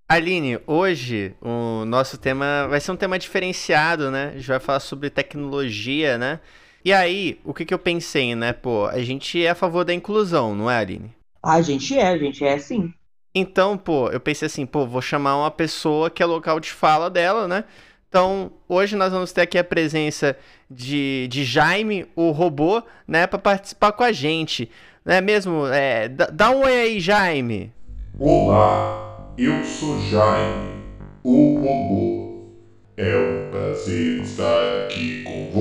Aline, hoje o nosso tema vai ser um tema diferenciado, né? A gente vai falar sobre tecnologia, né? E aí, o que que eu pensei, né? Pô, a gente é a favor da inclusão, não é, Aline? A gente é sim. Então, pô, eu pensei assim, pô, vou chamar uma pessoa que é local de fala dela, né? Então, hoje nós vamos ter aqui a presença de Jaime, o robô, né, pra participar com a gente. Não é mesmo? Dá um oi aí, Jaime. Olá, eu sou Jaime, o robô. É um prazer estar aqui com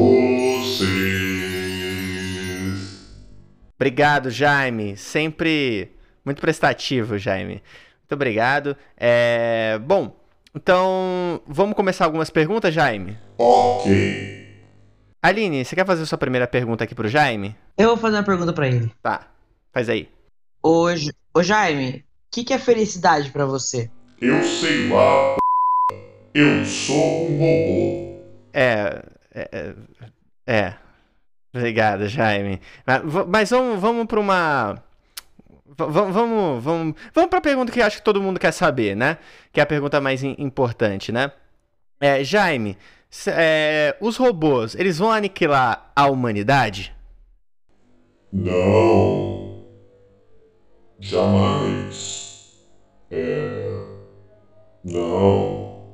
vocês. Obrigado, Jaime. Sempre muito prestativo, Jaime. Muito obrigado. Bom, então vamos começar algumas perguntas, Jaime? Ok. Aline, você quer fazer sua primeira pergunta aqui pro Jaime? Eu vou fazer uma pergunta pra ele. Tá, faz aí. Ô Jaime, o que é felicidade pra você? Eu sei lá, eu sou um robô. É, é, é. Obrigado, Jaime. Mas vamos para uma. Vamos para a pergunta que eu acho que todo mundo quer saber, né? Que é a pergunta mais importante, né? Jaime, os robôs, eles vão aniquilar a humanidade? Não, jamais. Não,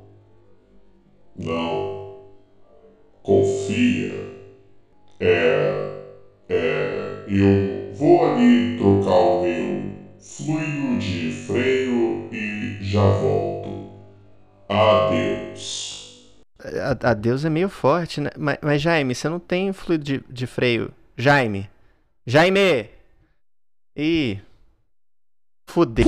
não. Confia. Eu vou ali trocar o meu fluido de freio e já volto. Adeus. Adeus é meio forte, né? Mas, Jaime, você não tem fluido de freio. Jaime! Jaime! Ih, fudeu.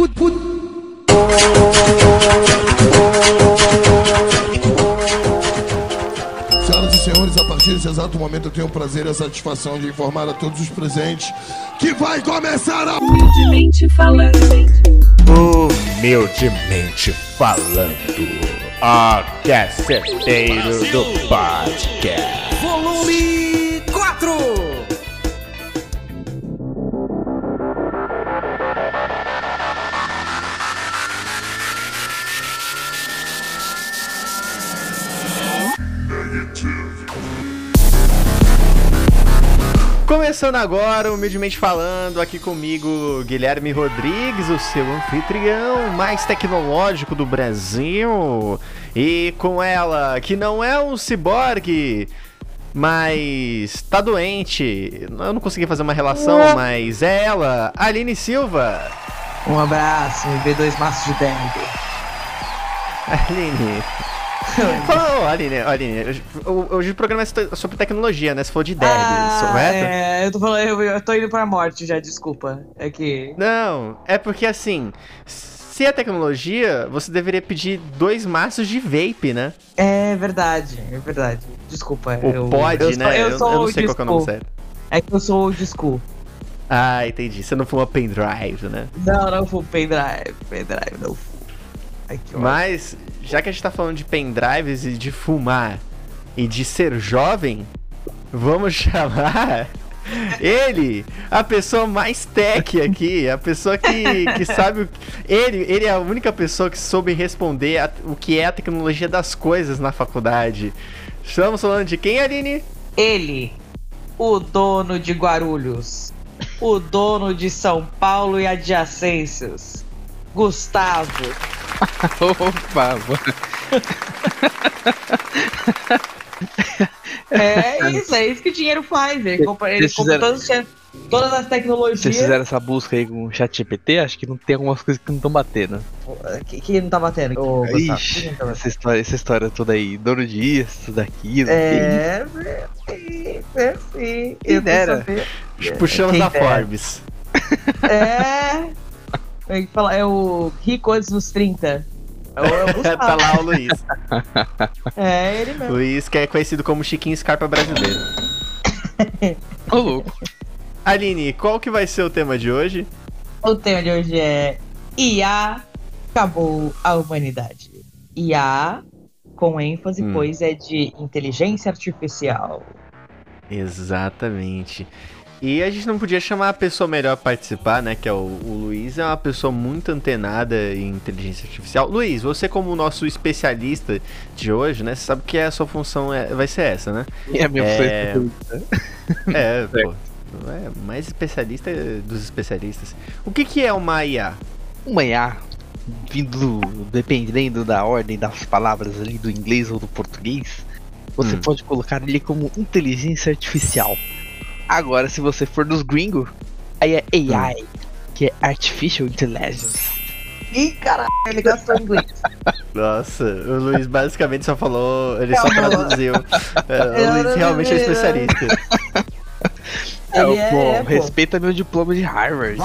Senhoras e senhores, a partir desse exato momento eu tenho o prazer e a satisfação de informar a todos os presentes que vai começar a... Humildemente falando. Humildemente falando, a caceteiro do podcast. Volume 4. Começando agora, humildemente falando, aqui comigo, Guilherme Rodrigues, o seu anfitrião mais tecnológico do Brasil. E com ela, que não é um ciborgue, mas tá doente. Eu não consegui fazer uma relação, mas é ela, Aline Silva. Um abraço, me vê 2 maços de dengue. Aline. Aline, hoje o programa é sobre tecnologia, né? Se for de derbys, correto? Eu tô falando, eu tô indo pra morte já, desculpa. É que. Não, é porque assim, se é tecnologia, você deveria pedir 2 maços de vape, né? É verdade, é verdade. Desculpa. Ou pode, né? Eu não sei qual que é o nome certo. É que eu sou old school. Ah, entendi. Você não fuma pendrive, né? Não fumo pendrive, não fumo. Ai, que ódio. Mas, já que a gente tá falando de pendrives e de fumar e de ser jovem, vamos chamar ele, a pessoa mais tech aqui, a pessoa que sabe. Ele é a única pessoa que soube responder o que é a tecnologia das coisas na faculdade. Estamos falando de quem, Aline? Ele, o dono de Guarulhos, o dono de São Paulo e adjacências, Gustavo. Opa, É isso que o dinheiro faz. Ele compra todas as tecnologias. Vocês fizeram essa busca aí com o ChatGPT? Acho que não tem algumas coisas que não estão batendo. Que não tá batendo? Ô, Gustavo, Ixi, que não tá batendo? essa história toda aí, dono de isso, daquilo. Sim. Quem dera. Puxamos Quem da dera. Forbes. É o rico antes dos 30. É o Gustavo. Tá lá o Luiz. É ele mesmo. Luiz, que é conhecido como Chiquinho Scarpa brasileiro. Ô, louco. Aline, qual que vai ser o tema de hoje? O tema de hoje é IA acabou a humanidade. IA com ênfase, pois é de inteligência artificial. Exatamente. E a gente não podia chamar a pessoa melhor pra participar, né? Que é o Luiz, é uma pessoa muito antenada em inteligência artificial. Luiz, você como o nosso especialista de hoje, né? Você sabe que a sua função vai ser essa, né? É a minha Pô. É mais especialista dos especialistas. O que é uma IA? Uma IA, dependendo da ordem das palavras ali do inglês ou do português, você pode colocar ele como inteligência artificial. Agora, se você for dos gringos, aí é AI, que é Artificial Intelligence. Ih, caralho, ele gastou inglês. Nossa, o Luiz basicamente só falou, ele só traduziu. O Luiz realmente é especialista. Respeita meu diploma de Harvard.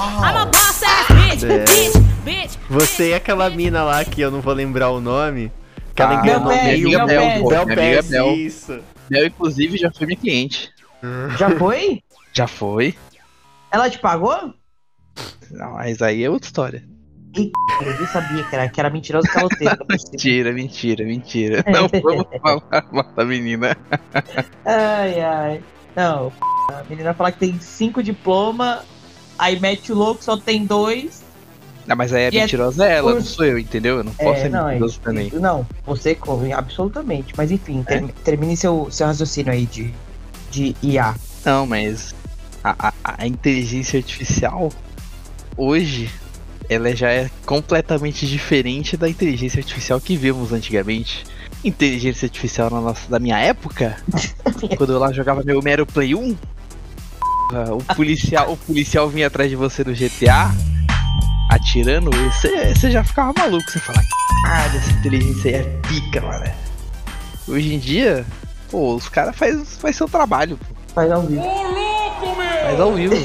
Você e aquela mina lá que eu não vou lembrar o nome. Que ela enganou Bel Pass, isso. Bel, inclusive, já foi minha cliente. Já foi? Já foi. Ela te pagou? Não, mas aí é outra história. Eu nem sabia que era mentirosa caloteira. Mentira. Não vamos falar mal da menina. Ai. Não, a menina fala que tem 5 diplomas, aí mete o louco, só tem 2. Não, mas aí a mentirosa é ela, não sou eu, entendeu? Eu não posso ser mentiroso também. Não, você absolutamente. Mas enfim, termine seu raciocínio aí de IA. Não, mas a inteligência artificial hoje ela já é completamente diferente da inteligência artificial que vimos antigamente. Inteligência artificial da minha época, quando eu lá jogava meu mero Play 1, o policial vinha atrás de você no GTA, atirando, e você já ficava maluco, você fala, caralho, essa inteligência aí é pica, mano. Hoje em dia, pô, os caras faz seu trabalho, pô. Faz ao vivo. Faz ao vivo.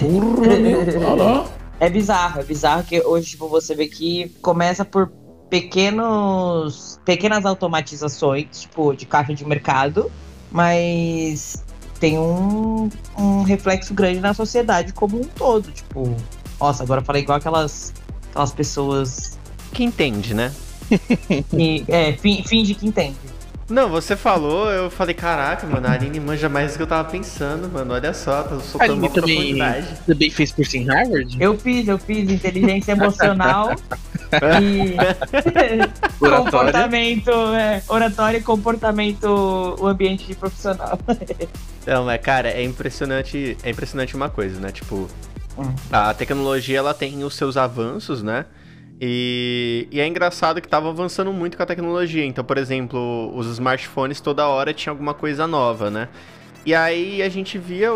É bizarro que hoje, tipo, você vê que começa por pequenas automatizações, tipo, de caixa de mercado, mas tem um reflexo grande na sociedade como um todo, tipo, nossa, agora eu falei igual aquelas pessoas que entende, né? Finge que entende. Não, você falou, eu falei, caraca, mano, a Aline manja mais do que eu tava pensando, mano, olha só, tô soltando uma profundidade. Você também fez curso em Harvard? Eu fiz inteligência emocional e comportamento, oratório e comportamento, o ambiente de profissional. Não, mas cara, é impressionante uma coisa, né, tipo, a tecnologia, ela tem os seus avanços, né? E é engraçado que tava avançando muito com a tecnologia. Então, por exemplo, os smartphones toda hora tinha alguma coisa nova, né? E aí a gente via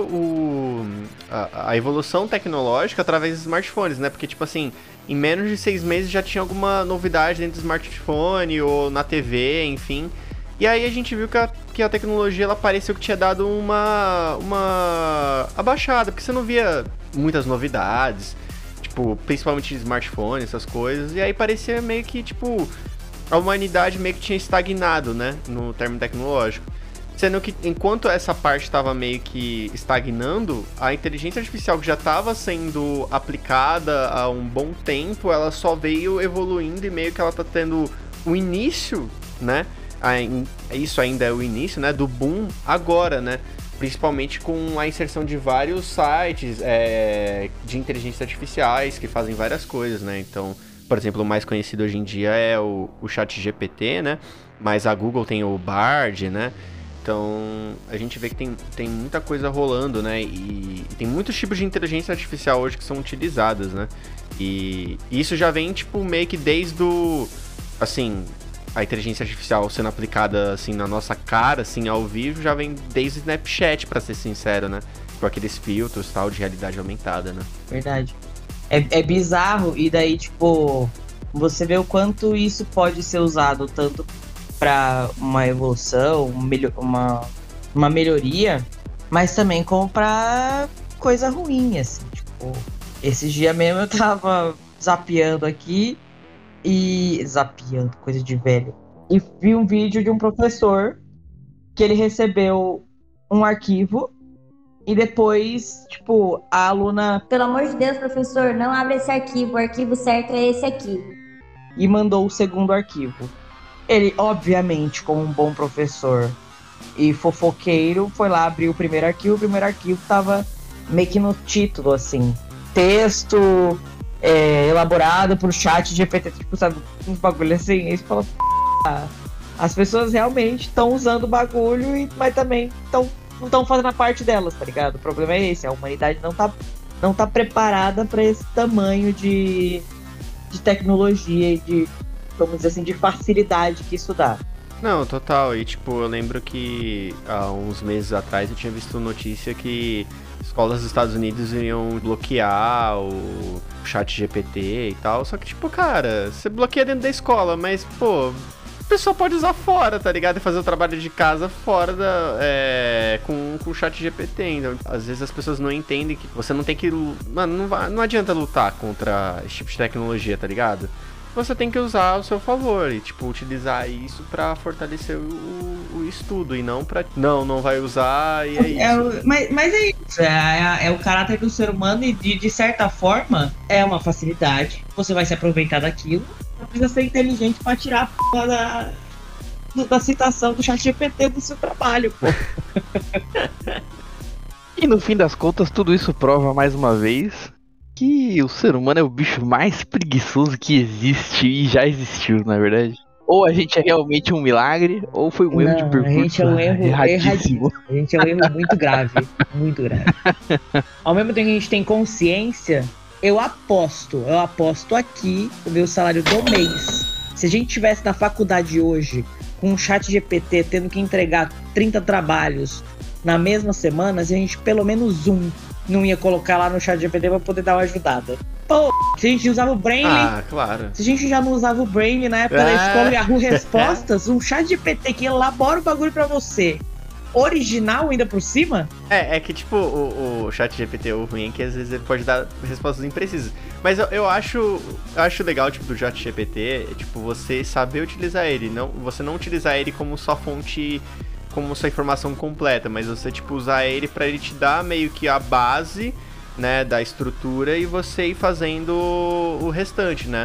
a evolução tecnológica através dos smartphones, né? Porque, tipo assim, em menos de 6 meses já tinha alguma novidade dentro do smartphone ou na TV, enfim. E aí a gente viu que a tecnologia, ela pareceu que tinha dado uma abaixada, porque você não via muitas novidades. Tipo, principalmente de smartphone, essas coisas, e aí parecia meio que, tipo, a humanidade meio que tinha estagnado, né, no termo tecnológico. Sendo que, enquanto essa parte estava meio que estagnando, a inteligência artificial que já estava sendo aplicada há um bom tempo, ela só veio evoluindo e meio que ela tá tendo o início, né, isso ainda é o início, né, do boom agora, né. Principalmente com a inserção de vários sites de inteligência artificiais que fazem várias coisas, né? Então, por exemplo, o mais conhecido hoje em dia é o ChatGPT, né? Mas a Google tem o Bard, né? Então, a gente vê que tem muita coisa rolando, né? E tem muitos tipos de inteligência artificial hoje que são utilizadas, né? E isso já vem, tipo, meio que desde assim, a inteligência artificial sendo aplicada, assim, na nossa cara, assim, ao vivo, já vem desde o Snapchat, pra ser sincero, né? Com aqueles filtros, tal, de realidade aumentada, né? Verdade. É bizarro, e daí, tipo, você vê o quanto isso pode ser usado tanto pra uma evolução, uma melhoria, mas também como pra coisa ruim, assim, tipo, esses dias mesmo eu tava zapeando aqui, zapeando, coisa de velho. E vi um vídeo de um professor que ele recebeu um arquivo e depois, tipo, a aluna... Pelo amor de Deus, professor, não abre esse arquivo. O arquivo certo é esse aqui. E mandou o segundo arquivo. Ele, obviamente, como um bom professor e fofoqueiro, foi lá abrir o primeiro arquivo tava meio que no título, assim. Texto elaborado por chat GPT, tipo, sabe, uns bagulho assim. Aí você fala, as pessoas realmente estão usando o bagulho, mas também não estão fazendo a parte delas, tá ligado? O problema é esse, a humanidade não tá preparada para esse tamanho de tecnologia e de, vamos dizer assim, de facilidade que isso dá. Não, total. E tipo, eu lembro que há uns meses atrás eu tinha visto notícia que escolas dos Estados Unidos iriam bloquear o chat GPT e tal. Só que tipo, cara, você bloqueia dentro da escola, mas pô, a pessoa pode usar fora, tá ligado? E fazer o trabalho de casa fora com o chat GPT. Então, às vezes as pessoas não entendem que você não tem que... Mano, não adianta lutar contra esse tipo de tecnologia, tá ligado? Você tem que usar ao seu favor e, tipo, utilizar isso pra fortalecer o estudo e não pra... Não vai usar e é isso. Mas é isso, é o caráter do ser humano e de certa forma é uma facilidade. Você vai se aproveitar daquilo, não precisa ser inteligente pra tirar a porra da citação do chat GPT do seu trabalho, pô. E no fim das contas, tudo isso prova mais uma vez que o ser humano é o bicho mais preguiçoso que existe e já existiu, na verdade. Ou a gente é realmente um milagre, ou foi um erro de percurso. A gente é um erro erradíssimo. A gente é um erro muito grave, muito grave. Ao mesmo tempo que a gente tem consciência, eu aposto aqui o meu salário do mês. Se a gente tivesse na faculdade hoje, com o chat GPT tendo que entregar 30 trabalhos na mesma semana, a gente pelo menos não ia colocar lá no chat GPT pra poder dar uma ajudada. Pô, se a gente usava o Braille... Ah, claro. Se a gente já não usava o Braille na época da escola e Yahoo Respostas, um chat GPT que elabora o bagulho pra você, original ainda por cima... É que tipo, o chat GPT, o ruim é que às vezes ele pode dar respostas imprecisas. Mas eu acho legal, tipo, do chat GPT, tipo, você saber utilizar ele. Você não utilizar ele como sua fonte... como sua informação completa, mas você, tipo, usar ele pra ele te dar meio que a base, né, da estrutura e você ir fazendo o restante, né?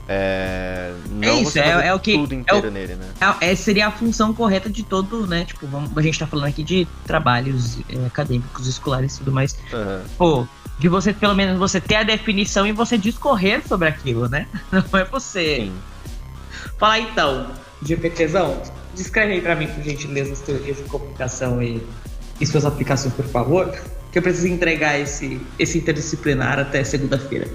Não isso, você fazer o que tudo inteiro nele, né? Seria a função correta de todo, né? Tipo, a gente tá falando aqui de trabalhos acadêmicos, escolares e tudo mais. Uhum. Pô, de você, pelo menos, você ter a definição e você discorrer sobre aquilo, né? Não é você... Sim. Falar então, GPTzão, descreve aí pra mim, por gentileza, as teorias de comunicação e suas aplicações, por favor, que eu preciso entregar esse interdisciplinar até segunda-feira.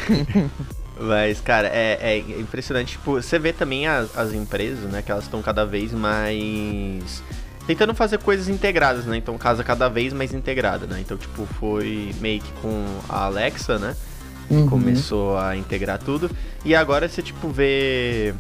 Mas, cara, é impressionante. Tipo, você vê também as empresas, né, que elas estão cada vez mais tentando fazer coisas integradas, né? Então, casa cada vez mais integrada, né? Então, tipo, foi meio que com a Alexa, né? Que começou a integrar tudo. E agora você, tipo, vê...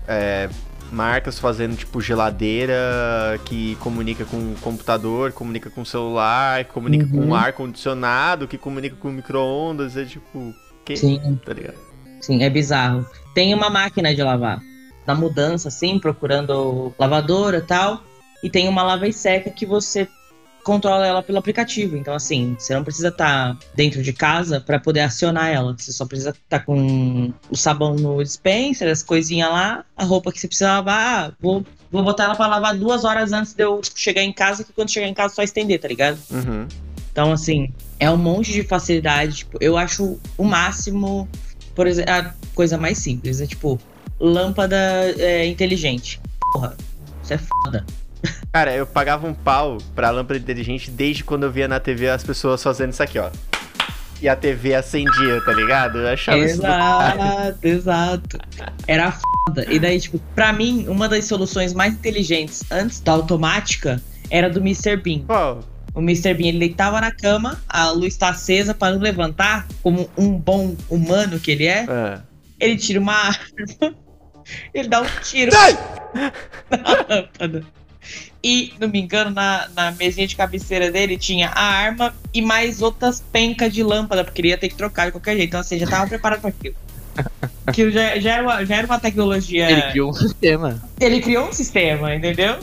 marcas fazendo, tipo, geladeira que comunica com o computador, comunica com o celular, comunica com o ar-condicionado, que comunica com micro-ondas, é tipo... Sim. Tá ligado? Sim, é bizarro. Tem uma máquina de lavar, na mudança, assim, procurando lavadora e tal, e tem uma lava e seca que você controla ela pelo aplicativo. Então, assim, você não precisa estar dentro de casa para poder acionar ela. Você só precisa estar com o sabão no dispenser, as coisinhas lá, a roupa que você precisa lavar. Vou botar ela para lavar 2 horas antes de eu chegar em casa, que quando chegar em casa é só estender, tá ligado? Uhum. Então, assim, é um monte de facilidade. Tipo, eu acho o máximo, por exemplo, a coisa mais simples, é tipo, lâmpada inteligente. Porra, isso é foda. Cara, eu pagava um pau pra lâmpada inteligente desde quando eu via na TV as pessoas fazendo isso aqui, ó. E a TV acendia, tá ligado? Eu achava Exato. Era foda. E daí, tipo, pra mim, uma das soluções mais inteligentes antes da automática era do Mr. Bean. Qual? O Mr. Bean, ele deitava na cama, a luz tá acesa pra não levantar, como um bom humano que ele é. Ele tira uma arma, ele dá um tiro na lâmpada. E, não me engano, na mesinha de cabeceira dele tinha a arma e mais outras pencas de lâmpada, porque ele ia ter que trocar de qualquer jeito. Então, assim, já tava preparado para aquilo. Aquilo já era uma tecnologia. Ele criou um sistema. Ele criou um sistema, entendeu?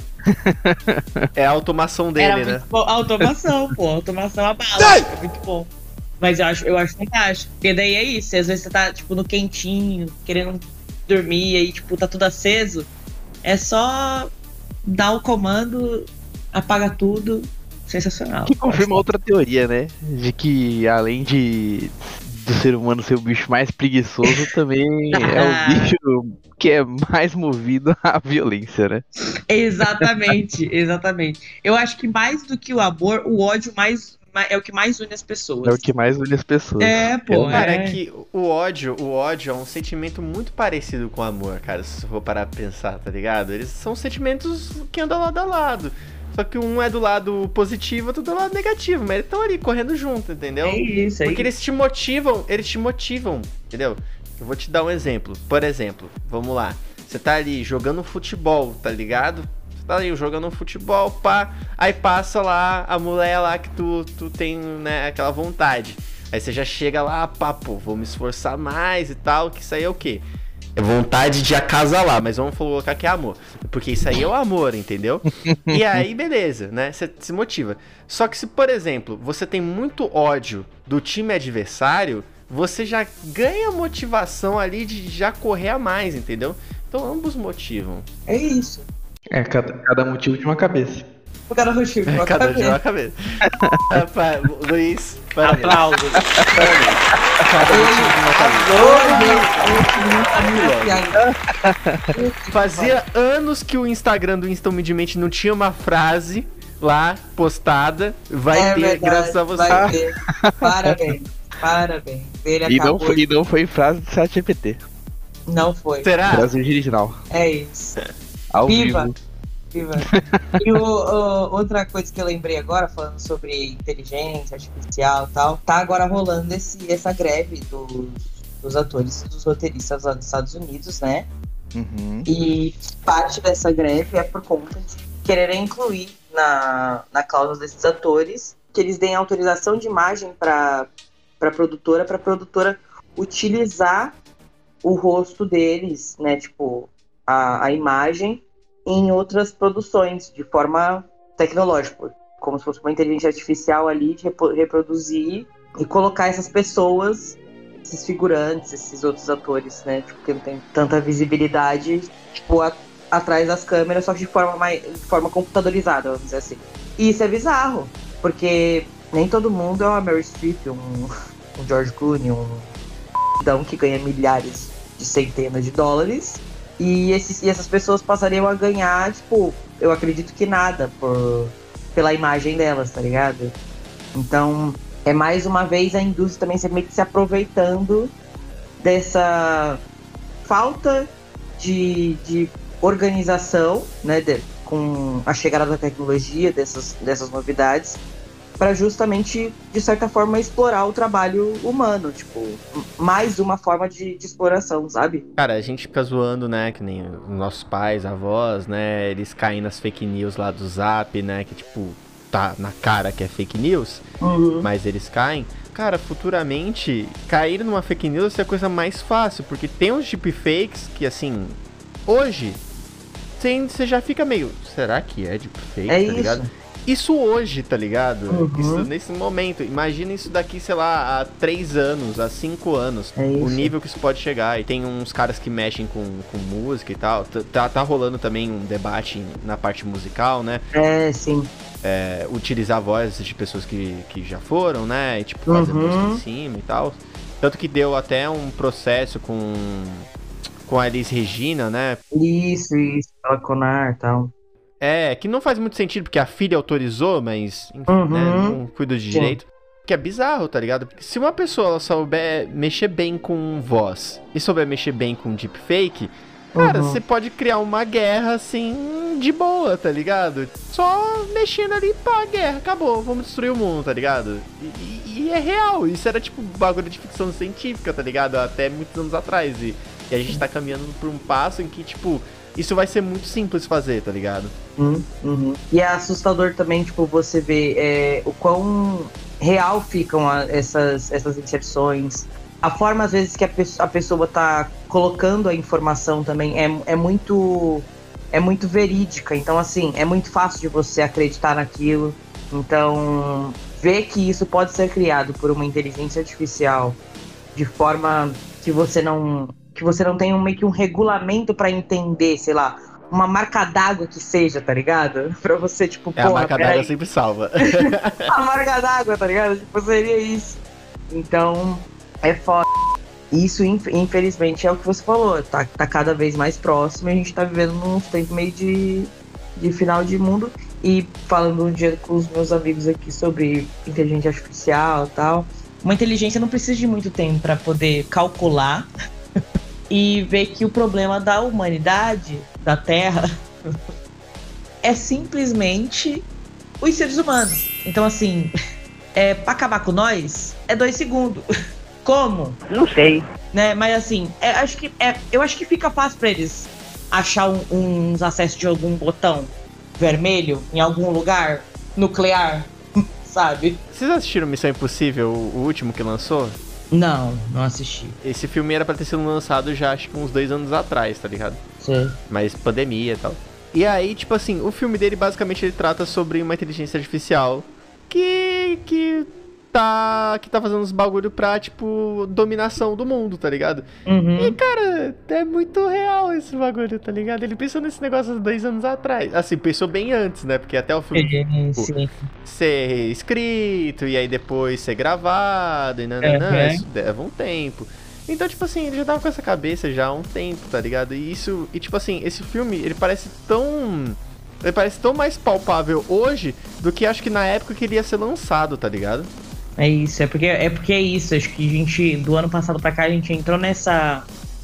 É a automação dele, era né? Muito bom. A automação, pô. A automação a bala. É muito bom. Mas eu acho fantástico. Porque daí é isso. Às vezes você tá, tipo, no quentinho, querendo dormir, aí, tipo, tá tudo aceso. É só dar o comando, apaga tudo, sensacional. Que confirma outra teoria, né? De que além do ser humano ser o bicho mais preguiçoso, também é o bicho que é mais movido à violência, né? Exatamente. Eu acho que mais do que o amor, o ódio é o que mais une as pessoas. É o que mais une as pessoas. Cara, é que o ódio é um sentimento muito parecido com o amor, cara, se você for parar pra pensar, tá ligado? Eles são sentimentos que andam lado a lado. Só que um é do lado positivo, outro do lado negativo, mas eles estão ali correndo junto, entendeu? É isso, Porque eles te motivam, entendeu? Eu vou te dar um exemplo. Por exemplo, vamos lá. Você tá ali jogando futebol, tá ligado? Você tá ali jogando futebol, pá. Aí passa lá a mulher lá que tu tem, né, aquela vontade. Aí você já chega lá, pá, pô, vou me esforçar mais e tal, que isso aí é o quê? É vontade de acasalar, mas vamos colocar que é amor. Porque isso aí é o amor, entendeu? E aí, beleza, né? Você se motiva. Só que se, por exemplo, você tem muito ódio do time adversário, você já ganha motivação ali de já correr a mais, entendeu? Então ambos motivam. É isso. É, cada motivo de uma cabeça. Cada motivo de uma Cada cabeça. de uma cabeça. Luiz, parabéns. Aplausos. Parabéns. Cada motivo de uma cabeça. Fazia anos que o Instagram do Insta não tinha uma frase lá postada. Vai ter, verdade, graças a você. Vai ter. Parabéns. Ele E não foi frase do ChatGPT. Não foi. Será? Brasil original. É isso. Ao Viva. vivo. E outra coisa que eu lembrei agora, falando sobre inteligência artificial e tal, tá agora rolando essa greve dos atores e dos roteiristas lá dos Estados Unidos, né? Uhum. E parte dessa greve é por conta de quererem incluir na cláusula desses atores que eles deem autorização de imagem para produtora utilizar o rosto deles, né? Tipo, a imagem em outras produções, de forma tecnológica, como se fosse uma inteligência artificial ali, de reproduzir e colocar essas pessoas, esses figurantes, esses outros atores, né, tipo, que não tem tanta visibilidade, tipo, atrás das câmeras, só que de forma computadorizada, vamos dizer assim. E isso é bizarro, porque nem todo mundo é uma Meryl Streep, um George Clooney, um que ganha milhares de centenas de dólares. E essas pessoas passariam a ganhar, tipo, eu acredito que nada pela imagem delas, tá ligado? Então, é mais uma vez a indústria também se aproveitando dessa falta de organização, né, com a chegada da tecnologia, dessas novidades, para justamente, de certa forma, explorar o trabalho humano, tipo, mais uma forma de exploração, sabe? Cara, a gente fica zoando, né, que nem os nossos pais, avós, né, eles caem nas fake news lá do Zap, né, que tipo, tá na cara que é fake news, mas eles caem. Cara, futuramente, cair numa fake news é a coisa mais fácil, porque tem uns deepfakes que, assim, hoje, você já fica meio, será que é deepfake, tá ligado? Isso hoje, tá ligado? Isso nesse momento. Imagina isso daqui, sei lá, há 3 anos, há 5 anos. O nível que isso pode chegar. E tem uns caras que mexem com música e tal. Tá rolando também um debate na parte musical, né? É, sim. Utilizar vozes de pessoas que já foram, né? E tipo, fazer música em cima e tal. Tanto que deu até um processo com a Elis Regina, né? Isso. Ela Conar e tal. Que não faz muito sentido, porque a filha autorizou, mas enfim, né, não cuida de direito. Que é bizarro, tá ligado? Porque se uma pessoa ela souber mexer bem com voz e souber mexer bem com deepfake, cara, você pode criar uma guerra, assim, de boa, tá ligado? Só mexendo ali, pá, guerra, acabou, vamos destruir o mundo, tá ligado? E é real, isso era tipo bagulho de ficção científica, tá ligado? Até muitos anos atrás. E a gente tá caminhando por um passo em que, tipo, isso vai ser muito simples fazer, tá ligado? E é assustador também, tipo, você ver o quão real ficam essas inserções. A forma, às vezes, que a pessoa tá colocando a informação também é muito verídica. Então, assim, é muito fácil de você acreditar naquilo. Então, ver que isso pode ser criado por uma inteligência artificial de forma que você não tem meio que um regulamento para entender, sei lá, uma marca d'água que seja, tá ligado? Pra você, tipo, A marca d'água sempre salva. A marca d'água, tá ligado? Tipo, seria isso. Então, é foda. Isso, infelizmente, é o que você falou. Tá cada vez mais próximo e a gente tá vivendo num tempo meio de final de mundo. E falando um dia com os meus amigos aqui sobre inteligência artificial e tal. Uma inteligência não precisa de muito tempo pra poder calcular e ver que o problema da humanidade, da Terra, é simplesmente os seres humanos. Então, assim, pra acabar com nós, é 2 segundos. Como? Não sei. Né? Mas, assim, eu acho que fica fácil pra eles achar uns acessos de algum botão vermelho em algum lugar nuclear, sabe? Vocês assistiram Missão Impossível, o último que lançou? Não assisti. Esse filme era pra ter sido lançado já, acho que uns 2 anos atrás, tá ligado? Sim. Mas pandemia e tal. E aí, tipo assim, o filme dele, basicamente, ele trata sobre uma inteligência artificial que tá fazendo uns bagulho pra, tipo, dominação do mundo, tá ligado? Uhum. E, cara, é muito real esse bagulho, tá ligado? Ele pensou nesse negócio há 2 anos atrás. Assim, pensou bem antes, né? Porque até o filme Sim. ser escrito e aí depois ser gravado e nananã, isso leva um tempo. Então, tipo assim, ele já tava com essa cabeça já há um tempo, tá ligado? E tipo assim, esse filme, ele parece tão mais palpável hoje do que acho que na época que ele ia ser lançado, tá ligado? É isso, é porque é isso. Acho que a gente, do ano passado pra cá, a gente entrou nessa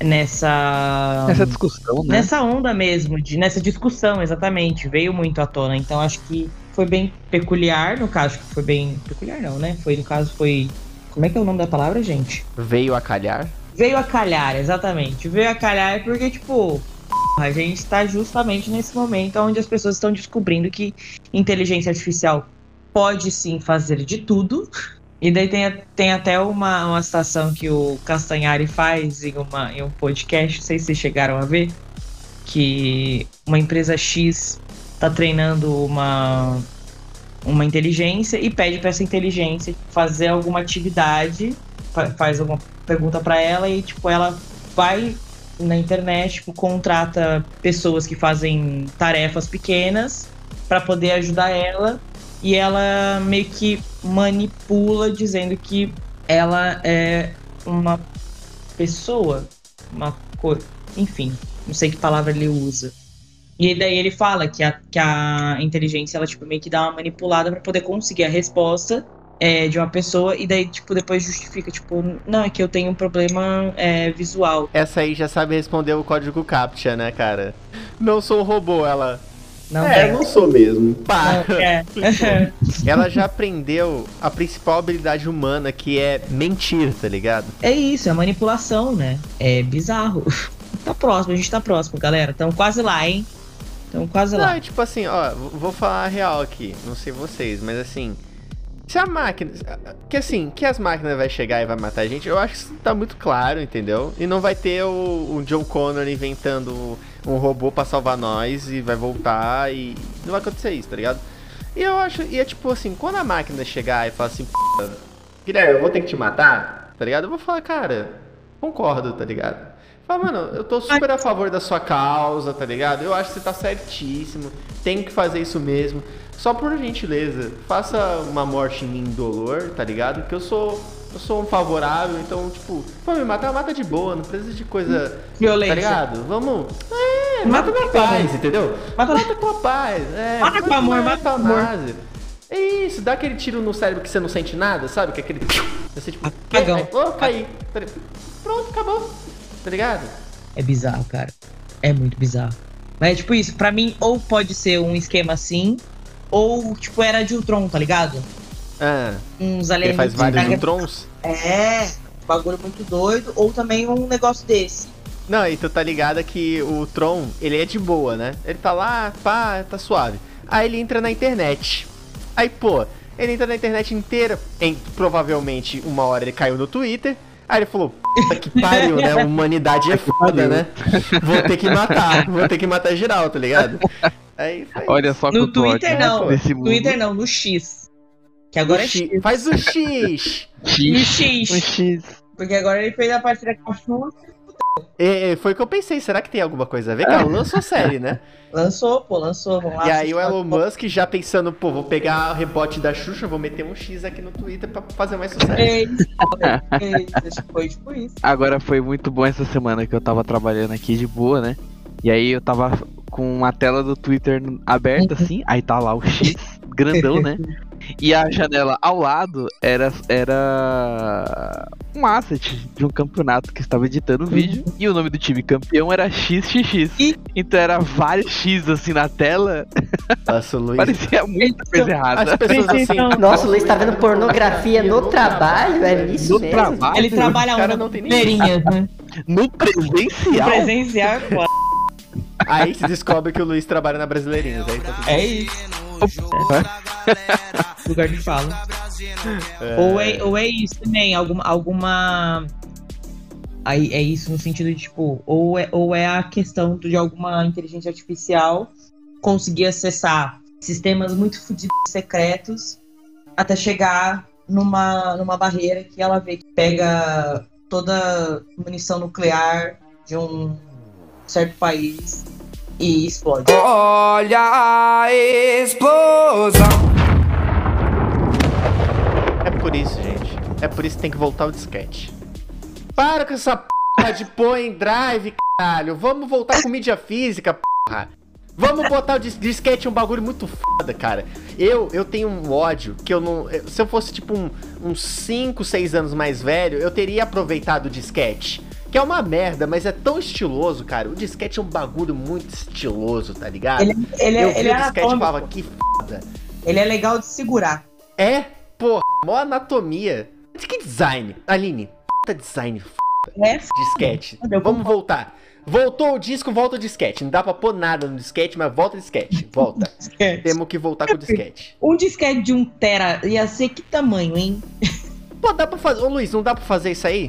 discussão, né? Nessa onda mesmo, nessa discussão, exatamente. Veio muito à tona. Então acho que foi bem peculiar, no caso. Foi bem peculiar, não, né? No caso, foi. Como é que é o nome da palavra, gente? Veio a calhar? Veio a calhar, exatamente. Veio a calhar porque, tipo, a gente tá justamente nesse momento onde as pessoas estão descobrindo que inteligência artificial pode sim fazer de tudo. E daí tem até uma citação que o Castanhari faz em um podcast, não sei se vocês chegaram a ver, que uma empresa X tá treinando uma inteligência e pede para essa inteligência fazer alguma atividade, faz alguma pergunta para ela e, tipo, ela vai na internet, tipo, contrata pessoas que fazem tarefas pequenas para poder ajudar ela. E ela meio que manipula dizendo que ela é uma pessoa, uma coisa, enfim, não sei que palavra ele usa. E daí ele fala que a inteligência, ela tipo meio que dá uma manipulada pra poder conseguir a resposta de uma pessoa. E daí tipo depois justifica, tipo, não, é que eu tenho um problema visual. Essa aí já sabe responder o código CAPTCHA, né, cara? Não sou um robô, ela... Não não sou mesmo. Pá. Não, Ela já aprendeu a principal habilidade humana, que é mentir, tá ligado? É isso, é manipulação, né? É bizarro. Tá próximo, a gente tá próximo, galera. Tamo quase lá, hein? Tamo quase lá. Não, tipo assim, ó, vou falar a real aqui. Não sei vocês, mas assim... Se a máquina... Que as máquinas vai chegar e vai matar a gente, eu acho que isso tá muito claro, entendeu? E não vai ter o John Connor inventando um robô pra salvar nós e vai voltar e... Não vai acontecer isso, tá ligado? E eu acho... E é tipo assim, quando a máquina chegar e falar assim... Guilherme, eu vou ter que te matar, tá ligado? Eu vou falar, cara, concordo, tá ligado? Fala, mano, eu tô super a favor da sua causa, tá ligado? Eu acho que você tá certíssimo, tem que fazer isso mesmo. Só por gentileza, faça uma morte em indolor, tá ligado? Porque eu sou um favorável, então, tipo, pra me matar, mata de boa, não precisa de coisa... Violência. Tá ligado? Vamos... mata com a paz, entendeu? Mata com a paz, Mata com amor, mata com amor. É isso, dá aquele tiro no cérebro que você não sente nada, sabe? Que é aquele... Você, tipo, Cagão. Caí. Pronto, acabou. Tá ligado? É bizarro, cara. É muito bizarro. Mas é tipo isso, pra mim, ou pode ser um esquema assim, ou tipo Era de Ultron, tá ligado? Uns ele faz vários Ultrons? Bagulho muito doido, ou também um negócio desse. Não, e tu tá ligado que o Tron, ele é de boa, né? Ele tá lá, pá, tá suave. Aí ele entra na internet. Aí, pô, ele entra na internet inteira. Provavelmente, uma hora ele caiu no Twitter. Aí ele falou, puta que pariu, né? A humanidade é foda, né? Vou ter que matar geral, tá ligado? Aí foi. Olha só que no Twitter não, nesse mundo. Twitter não, no X. Que agora é X. Faz o X. No X. O X. Porque agora ele fez a parceria com a Xuxa. Foi o que eu pensei, será que tem alguma coisa a ver? Que ela lançou série, né? Lançou, vamos lá. E aí o Elon Musk já pensando, pô, vou pegar o rebote da Xuxa, vou meter um X aqui no Twitter pra fazer mais sucesso. Foi tipo isso. Agora foi muito bom essa semana que eu tava trabalhando aqui de boa, né? E aí eu tava com a tela do Twitter aberta assim, aí tá lá o X grandão, né? E a janela ao lado era um asset de um campeonato que estava editando o vídeo. E o nome do time campeão era XXX. Então era vários X assim na tela. Nossa, o Luiz. Parecia muita coisa errada. As pessoas assim. Nossa, o Luiz tá vendo pornografia no trabalho? É isso No mesmo? trabalho? Ele trabalha o cara onde? não tem nem Feirinhas, né? No presencial? Presencial, pô. Aí se descobre que o Luiz trabalha na Brasileirinhas. Aí tá tudo É isso. Lugar de fala. Ou é isso também, alguma. Aí é isso no sentido de, tipo, ou é a questão de alguma inteligência artificial conseguir acessar sistemas muito fudidos secretos até chegar numa barreira que ela vê que pega toda munição nuclear de um certo país e explode. Olha a explosão. É por isso, gente. É por isso que tem que voltar o disquete. Para com essa porra de pendrive, caralho. Vamos voltar com mídia física, porra. Vamos botar o disquete, um bagulho muito foda, cara. Eu tenho um ódio que eu não... Se eu fosse, tipo, uns 5, 6 anos mais velho, eu teria aproveitado o disquete. Que é uma merda, mas é tão estiloso, cara. O disquete é um bagulho muito estiloso, tá ligado? Ele eu vi é o disquete e anatômico. falava, que foda. Ele é legal de segurar. É, porra, mó anatomia. Que design. Aline, puta design foda. É Disquete. Eu Vamos voltar. Voltou o disco, volta o disquete. Não dá pra pôr nada no disquete, mas volta o disquete. Volta. Temos que voltar com o disquete. Um disquete de 1 tera ia ser que tamanho, hein? Pô, dá pra fazer... Ô, Luiz, não dá pra fazer isso aí?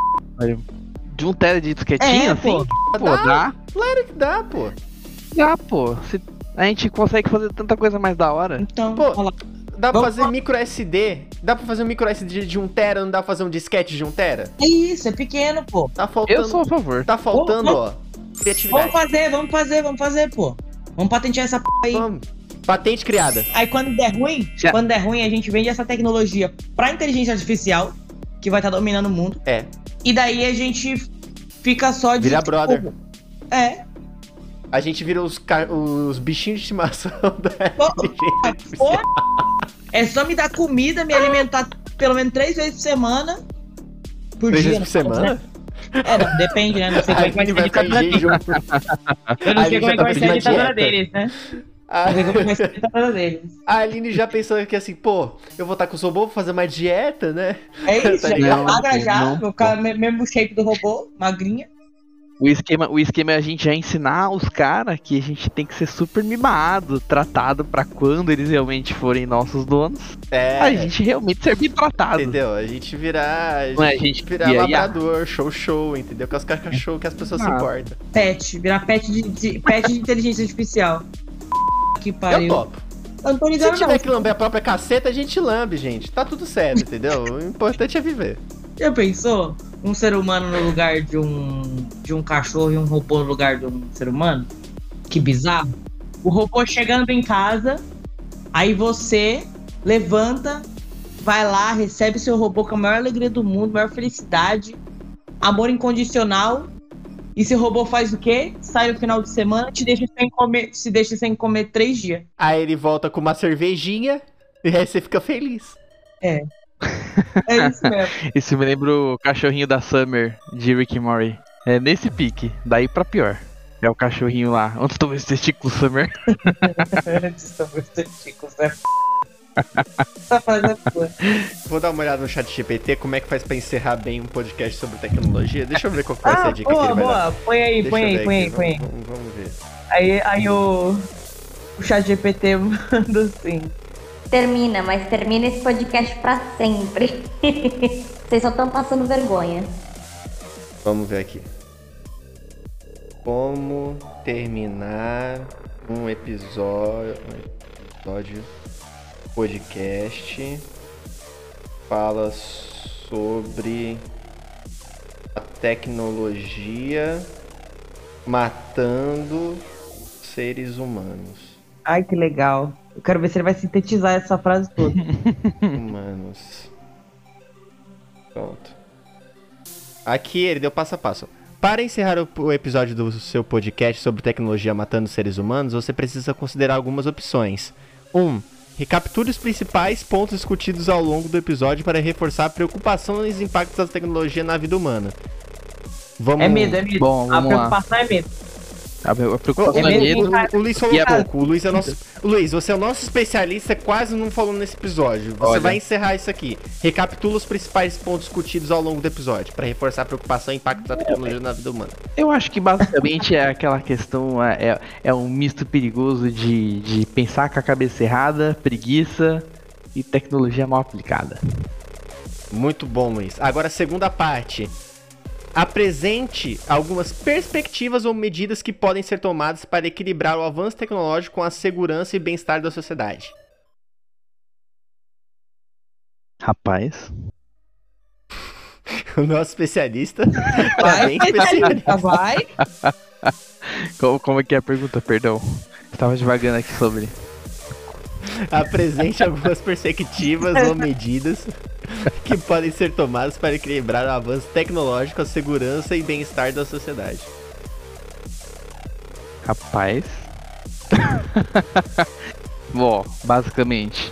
De 1 tera de disquetinho, assim? Pô, dá? Claro que dá, pô. Dá, pô. A gente consegue fazer tanta coisa mais da hora. Então, Pô, olha lá. dá pra Vamos fazer micro SD. Dá pra fazer um micro SD de 1 tera, não dá pra fazer um disquete de 1 tera? É isso, é pequeno, pô. Tá faltando... Eu sou a favor. Tá faltando, ó, criatividade. Vamos fazer, pô. Vamos patentear essa p aí. Vamos. Patente criada. Aí quando der ruim, a gente vende essa tecnologia pra inteligência artificial, que vai estar dominando o mundo. É. E daí a gente fica só de... Vira brother. É. A gente vira os bichinhos de estimação da Pô, inteligência artificial. É só me dar comida, me alimentar pelo menos 3 vezes por semana. Por 3 dia. vezes por semana? É, não, depende, né? Não sei como é que vai ser a ditadura deles. jejum. Eu não sei como é que vai ser a ditadura dieta. deles, né? A, Não sei como é que vai ser a ditadura deles. a Aline já pensando que assim, pô, eu vou estar com os robôs, vou fazer mais dieta, né? É isso, Tá já ligado? magra já, Não, meu cara, mesmo shape do robô, magrinha. O esquema é a gente já ensinar os caras que a gente tem que ser super mimado, tratado pra quando eles realmente forem nossos donos, É, a gente realmente ser bem tratado. entendeu? A gente virar, Não é, a gente virar vira labrador, show, entendeu? Com os cachorro que as pessoas se Ah. importam. Virar pet de inteligência artificial. Que Eu pariu. topo. Eu não tô Se ligando, tiver não. que lamber a própria caceta, a gente lambe, gente. Tá tudo certo, entendeu? O importante é viver. Já pensou? Um ser humano no lugar de um cachorro e um robô no lugar de um ser humano? Que bizarro. O robô chegando em casa, aí você levanta, vai lá, recebe seu robô com a maior alegria do mundo, maior felicidade, amor incondicional. E seu robô faz o quê? Sai no final de semana, te deixa sem comer 3 dias. Aí ele volta com uma cervejinha e aí você fica feliz. É isso mesmo. Isso me lembra o cachorrinho da Summer de Rick and Morty. É nesse pique, daí pra pior. É o cachorrinho lá. Onde estão meus testículos, Summer? Tá fazendo coisa. Vou dar uma olhada no chat GPT, como é que faz pra encerrar bem um podcast sobre tecnologia. Deixa eu ver qual que vai ser a dica que ele vai dar. Põe aí, Deixa põe eu aí, ver põe aí, aqui, põe aí. Vamos ver. Aí o chat GPT manda assim. Termina, mas termina esse podcast pra sempre. Vocês só estão passando vergonha. Vamos ver aqui. Como terminar um episódio podcast fala sobre A tecnologia matando seres humanos. Ai, que legal. Eu quero ver se ele vai sintetizar essa frase toda. Humanos. Pronto. Aqui ele deu passo a passo. Para encerrar o episódio do seu podcast sobre tecnologia matando seres humanos, você precisa considerar algumas opções. 1. Recapture os principais pontos discutidos ao longo do episódio para reforçar a preocupação e os impactos da tecnologia na vida humana. Vamos... É medo. Bom, A vamos lá. preocupação é medo. A preocupação É é mesmo? medo. O Luiz falou E a- pouco. O Luiz é nosso... Luiz, você é o nosso especialista, quase não falou nesse episódio. Você Olha. vai encerrar isso aqui. Recapitula os principais pontos discutidos ao longo do episódio, para reforçar a preocupação e impacto da tecnologia na vida humana. Eu acho que basicamente é aquela questão, é um misto perigoso de pensar com a cabeça errada, preguiça e tecnologia mal aplicada. Muito bom, Luiz. Agora a segunda parte. Apresente algumas perspectivas ou medidas que podem ser tomadas para equilibrar o avanço tecnológico com a segurança e bem-estar da sociedade. Rapaz, O nosso especialista tá Vai, bem especialista. vai. como é que é a pergunta? Perdão. Estava devagando aqui sobre. Apresente algumas perspectivas ou medidas que podem ser tomadas para equilibrar o avanço tecnológico, a segurança e bem-estar da sociedade. Rapaz. Bom, basicamente,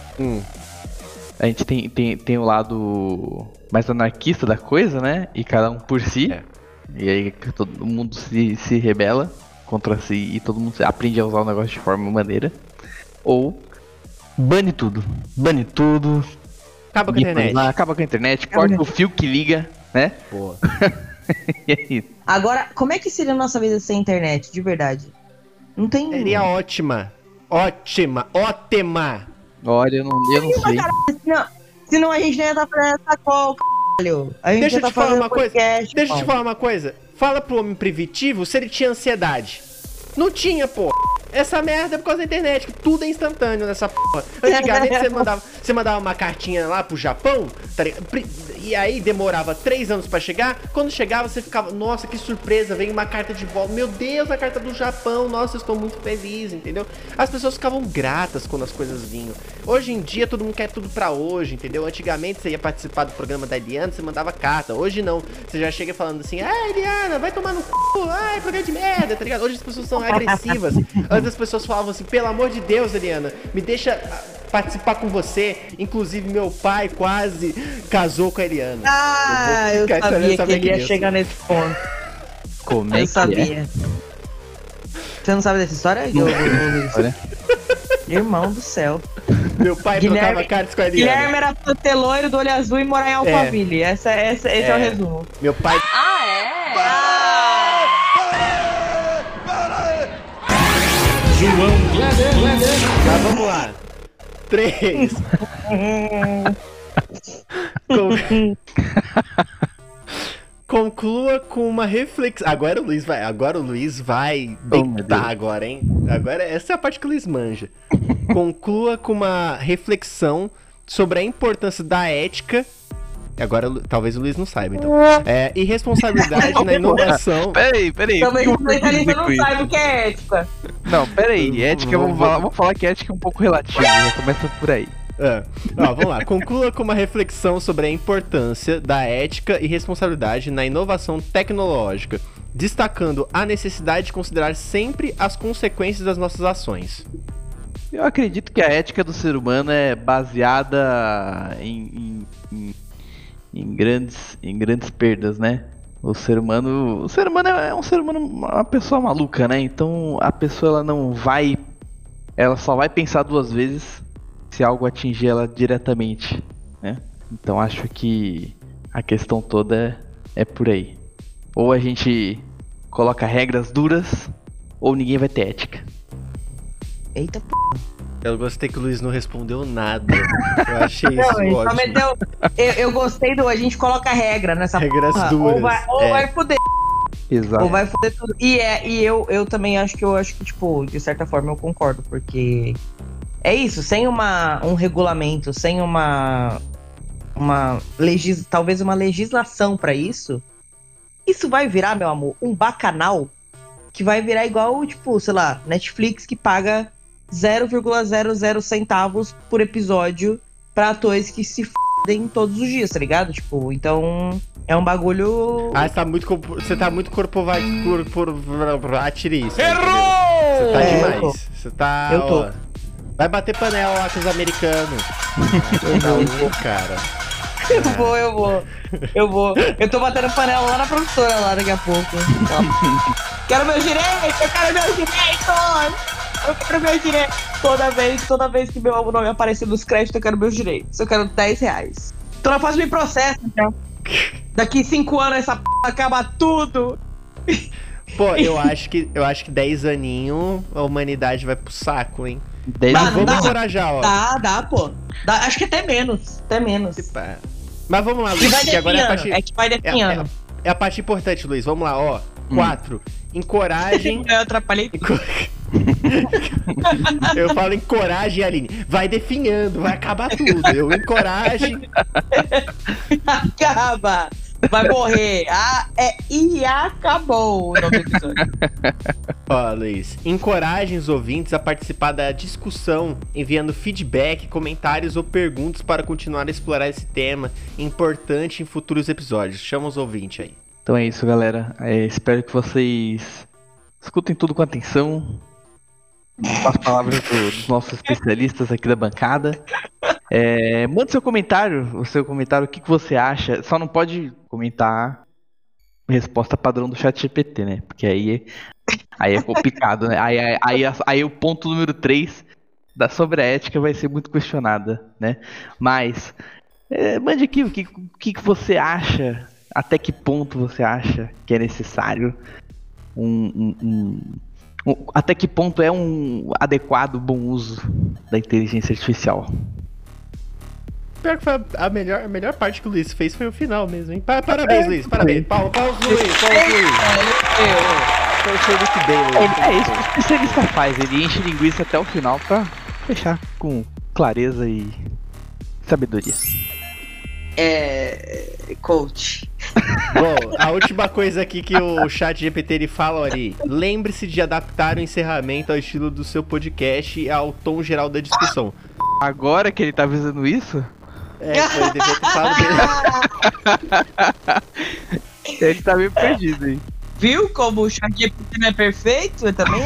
a gente tem o lado mais anarquista da coisa, né? E cada um por si. É. E aí todo mundo se rebela contra si e todo mundo aprende a usar o negócio de forma maneira. Ou bane tudo. Bane tudo. Acaba com a internet. Acaba com a internet, corta o fio que liga, né? Boa. E é isso. Agora, como é que seria a nossa vida sem internet, de verdade? Não tem... Seria ótima. Ótima. Olha, eu não sei. Senão a gente não ia estar fazendo essa call, caralho. A gente Deixa ia eu tá te falar fazendo uma coisa. podcast, Deixa eu te irmão. falar uma coisa. Fala pro homem primitivo se ele tinha ansiedade. Não tinha, pô. Essa merda é por causa da internet, que tudo é instantâneo nessa porra. Antigamente você mandava uma cartinha lá pro Japão, tá ligado? E aí demorava 3 anos pra chegar. Quando chegava, você ficava, nossa, que surpresa, veio uma carta de volta. Meu Deus, a carta do Japão, nossa, eu estou muito feliz, entendeu? As pessoas ficavam gratas quando as coisas vinham. Hoje em dia, todo mundo quer tudo pra hoje, entendeu? Antigamente, você ia participar do programa da Eliana, você mandava carta. Hoje não. Você já chega falando assim, Eliana, vai tomar no c... Ai, programa de merda, tá ligado? Hoje as pessoas são agressivas. Antes as pessoas falavam assim, pelo amor de Deus, Eliana, me deixa participar com você. Inclusive, meu pai quase casou com a Eliana. Ah, eu sabia que ele ia chegar nesse ponto. Como é Eu que sabia. Você não sabe dessa história? Olha. Irmão do céu. Meu pai trocava cartas com a Eliana. Guilherme era pra ter loiro, do olho azul e morar em Alphaville. Esse é o resumo. Meu pai... João Kleber. Mas vamos lá. 3. Conclua com uma reflexão. Agora o Luiz vai deitar agora, hein? Agora essa é a parte que o Luiz manja. Conclua com uma reflexão sobre a importância da ética. Agora talvez o Luiz não saiba, então. E responsabilidade na inovação. Peraí. Talvez o o que eu vou dizer especialista com não isso? saiba o que é ética. Não, peraí. Ética, vamos falar que ética é um pouco relativa. Já começa por aí. Vamos lá. Conclua com uma reflexão sobre a importância da ética e responsabilidade na inovação tecnológica, destacando a necessidade de considerar sempre as consequências das nossas ações. Eu acredito que a ética do ser humano é baseada em grandes perdas, né? O ser humano é um ser humano, uma pessoa maluca, né? Então a pessoa ela só vai pensar 2 vezes se algo atingir ela diretamente, né? Então acho que a questão toda é por aí. Ou a gente coloca regras duras, ou ninguém vai ter ética. Eita p. Eu gostei que o Luiz não respondeu nada. Eu achei isso Não, ele só ótimo. meteu. Eu gostei do. A gente coloca regra nessa Regras porra. duras. Ou vai fuder. Exato. Ou vai foder tudo. E eu também acho que tipo, de certa forma eu concordo, porque é isso, sem um regulamento, sem talvez uma legislação pra isso, Isso vai virar, meu amor, um bacanal que vai virar igual, tipo, sei lá, Netflix que paga 0,00 centavos por episódio pra atores que se fodem todos os dias, tá ligado? Tipo, então é um bagulho... Ah, você tá muito corporatirista. Errou! Você tá É, demais. Você tá... Eu tô. ó, vai bater panela lá com os americanos. Tá louco, cara. Eu vou. Eu tô batendo panela lá na produtora lá daqui a pouco. Quero meus direitos, eu quero meus direitos. Toda vez que meu nome aparecer nos créditos, eu quero meus direitos. Eu quero R$10. Então não faz me processo, então. Daqui 5 anos essa p acaba tudo. Pô, eu acho que 10 aninhos a humanidade vai pro saco, hein? Mas vamos encorajar, ó. Dá, pô. Acho que até menos. Mas vamos lá, Que Luiz, vai que agora é a parte... que vai definhando. É a parte importante, Luiz. Vamos lá, ó. 4. Encoragem... Eu atrapalhei. Eu falo encorajem, Aline. Vai definhando, vai acabar tudo. Eu encorajem. Acaba. Vai morrer. E acabou o nome do episódio. Ó, Luiz, encorajem os ouvintes a participar da discussão, enviando feedback, comentários ou perguntas para continuar a explorar esse tema importante em futuros episódios. Chama os ouvintes aí. Então é isso, galera. Espero que vocês escutem tudo com atenção. Com as palavras dos nossos especialistas aqui da bancada. Mande seu comentário, o que você acha. Só não pode comentar resposta padrão do ChatGPT, né? Porque aí é complicado, né? Aí o ponto número 3 sobre a ética vai ser muito questionada, né? Mas mande aqui o que você acha, até que ponto você acha que é necessário até que ponto é um adequado, bom uso da inteligência artificial. Pior que foi a melhor parte que o Luiz fez foi o final mesmo, hein? Parabéns, Luiz, parabéns. Palmas, Luiz. Foi muito bem, Luiz. É isso que o especialista faz, ele enche linguiça até o final pra fechar com clareza e sabedoria. Coach. Bom, a última coisa aqui que o ChatGPT ele fala ali: lembre-se de adaptar o encerramento ao estilo do seu podcast e ao tom geral da discussão. Agora que ele tá avisando isso? Ele devia ter falado dele. Ele tá meio perdido, hein? Viu como o ChatGPT não é perfeito? Eu também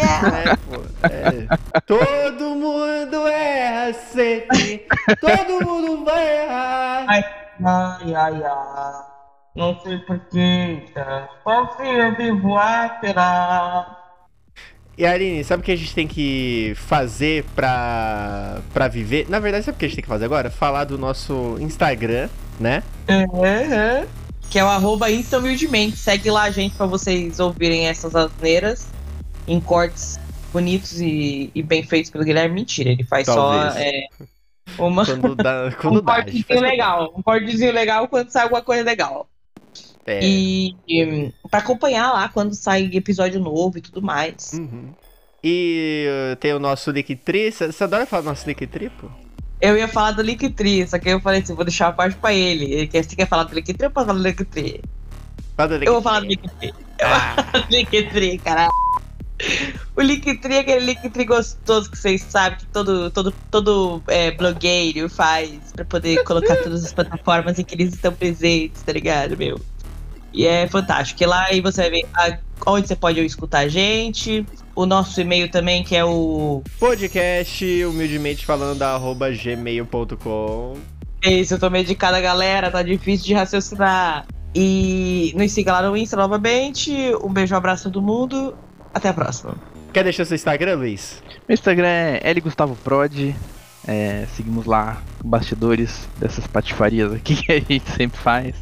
Todo mundo erra sempre. Todo mundo vai errar. Ai. Não sei porquê, tá? Confio, vivo a esperar. E Aline, sabe o que a gente tem que fazer pra viver? Na verdade, sabe o que a gente tem que fazer agora? Falar do nosso Instagram, né? Que é o @instahumildemente. Segue lá a gente pra vocês ouvirem essas asneiras em cortes bonitos e bem feitos pelo Guilherme. Mentira, ele faz Talvez. só Quando um cortezinho legal. Um cortezinho legal quando sai alguma coisa legal. E pra acompanhar lá quando sai episódio novo e tudo mais. Uhum. E tem o nosso Linktree. Você adora falar do nosso Linktree, pô? Eu ia falar do Linktree, só que eu falei assim, vou deixar a parte pra ele. Você quer falar do Linktree ou posso falar do Linktree? Eu vou falar do Linktree. Eu vou falar do Linktree, caralho. O Linktree é aquele Linktree gostoso que vocês sabem que todo blogueiro faz pra poder colocar todas as plataformas em que eles estão presentes, tá ligado, meu? E é fantástico. E lá aí você vai ver onde você pode escutar a gente. O nosso e-mail também, que é o podcast humildemente falando @gmail.com. É isso, eu tô medicada, galera. Tá difícil de raciocinar. E nos siga lá no Insta novamente. Um beijo, um abraço a todo mundo. Até a próxima. Quer deixar seu Instagram, Luiz? Meu Instagram é LGustavoProd. Seguimos lá bastidores dessas patifarias aqui que a gente sempre faz.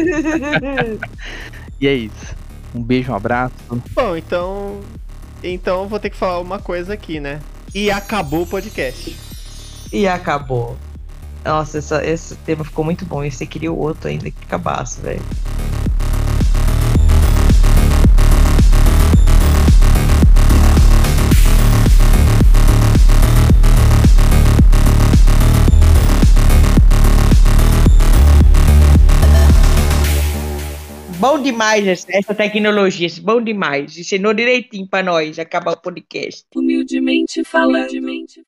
E é isso. Um beijo, um abraço. Bom, então eu vou ter que falar uma coisa aqui, né? E acabou o podcast. E acabou. Nossa, esse tema ficou muito bom. E você queria o outro ainda que acabasse, velho. Bom demais essa tecnologia, bom demais. Ensinou direitinho pra nós acabar o podcast. Humildemente falando.